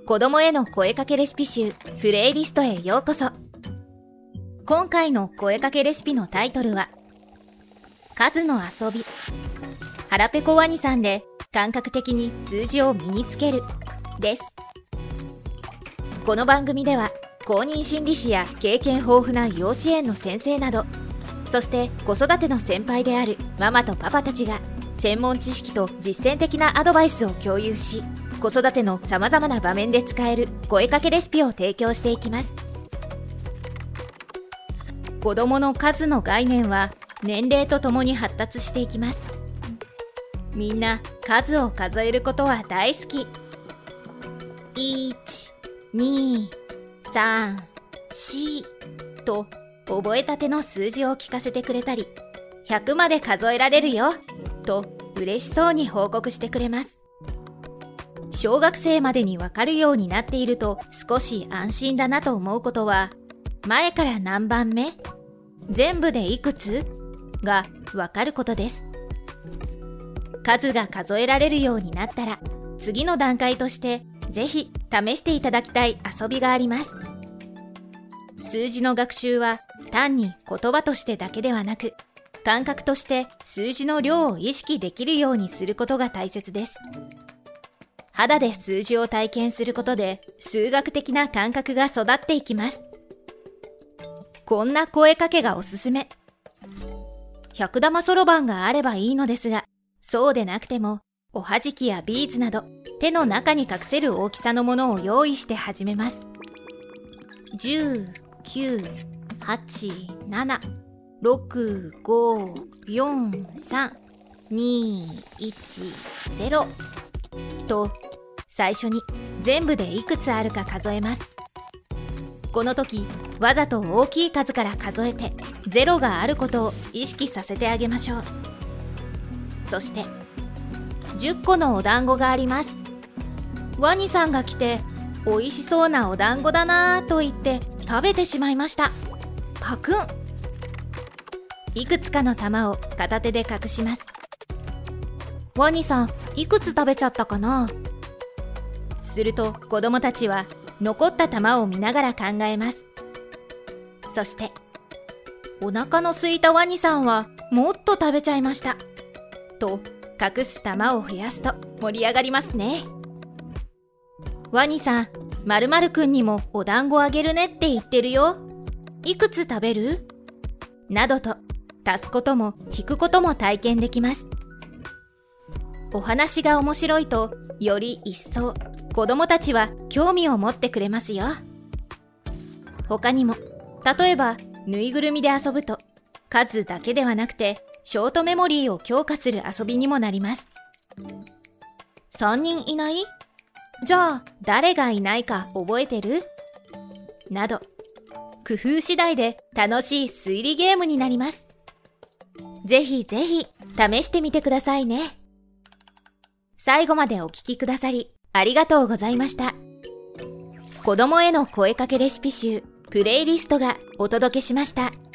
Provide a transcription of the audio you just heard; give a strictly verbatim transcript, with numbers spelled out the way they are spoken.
子供への声かけレシピ集プレイリストへようこそ。今回の声かけレシピのタイトルは数の遊び。はらぺこワニさんで感覚的に数字を身につけるです。この番組では公認心理師や経験豊富な幼稚園の先生など、そして子育ての先輩であるママとパパたちが専門知識と実践的なアドバイスを共有し、子育てのさまざまな場面で使える声かけレシピを提供していきます。子どもの数の概念は年齢とともに発達していきます。みんな数を数えることは大好き。いち、に、さん、よんと覚えたての数字を聞かせてくれたり、ひゃくまで数えられるよと嬉しそうに報告してくれます。小学生までにわかるようになっていると少し安心だなと思うことは、前から何番目、全部でいくつがわかることです。数が数えられるようになったら、次の段階としてぜひ試していただきたい遊びがあります。数字の学習は単に言葉としてだけではなく、感覚として数字の量を意識できるようにすることが大切です。肌で数字を体験することで数学的な感覚が育っていきます。こんな声かけがおすすめ。百玉そろばんがあればいいのですが、そうでなくてもおはじきやビーズなど手の中に隠せる大きさのものを用意して始めます。じゅう、きゅう、はち、なな、ろく、ご、よん、さん、に、いち、ゼロと最初に全部でいくつあるか数えます。この時わざと大きい数から数えてゼロがあることを意識させてあげましょう。そしてじゅっこのお団子があります。ワニさんが来て美味しそうなお団子だなぁと言って食べてしまいました。パクン。いくつかの玉を片手で隠します。ワニさん、いくつ食べちゃったかな？すると子供たちは残った玉を見ながら考えます。そしてお腹の空いたワニさんはもっと食べちゃいましたと隠す玉を増やすと盛り上がりますね。ワニさん、〇〇くんにもお団子あげるねって言ってるよ。いくつ食べる？などと足すことも引くことも体験できます。お話が面白いとより一層子供たちは興味を持ってくれますよ。他にも、例えばぬいぐるみで遊ぶと数だけではなくてショートメモリーを強化する遊びにもなります。さんにんいない？じゃあ誰がいないか覚えてる？など工夫次第で楽しい推理ゲームになります。ぜひぜひ試してみてくださいね。最後までお聞きくださりありがとうございました。子供への声かけレシピ集プレイリストがお届けしました。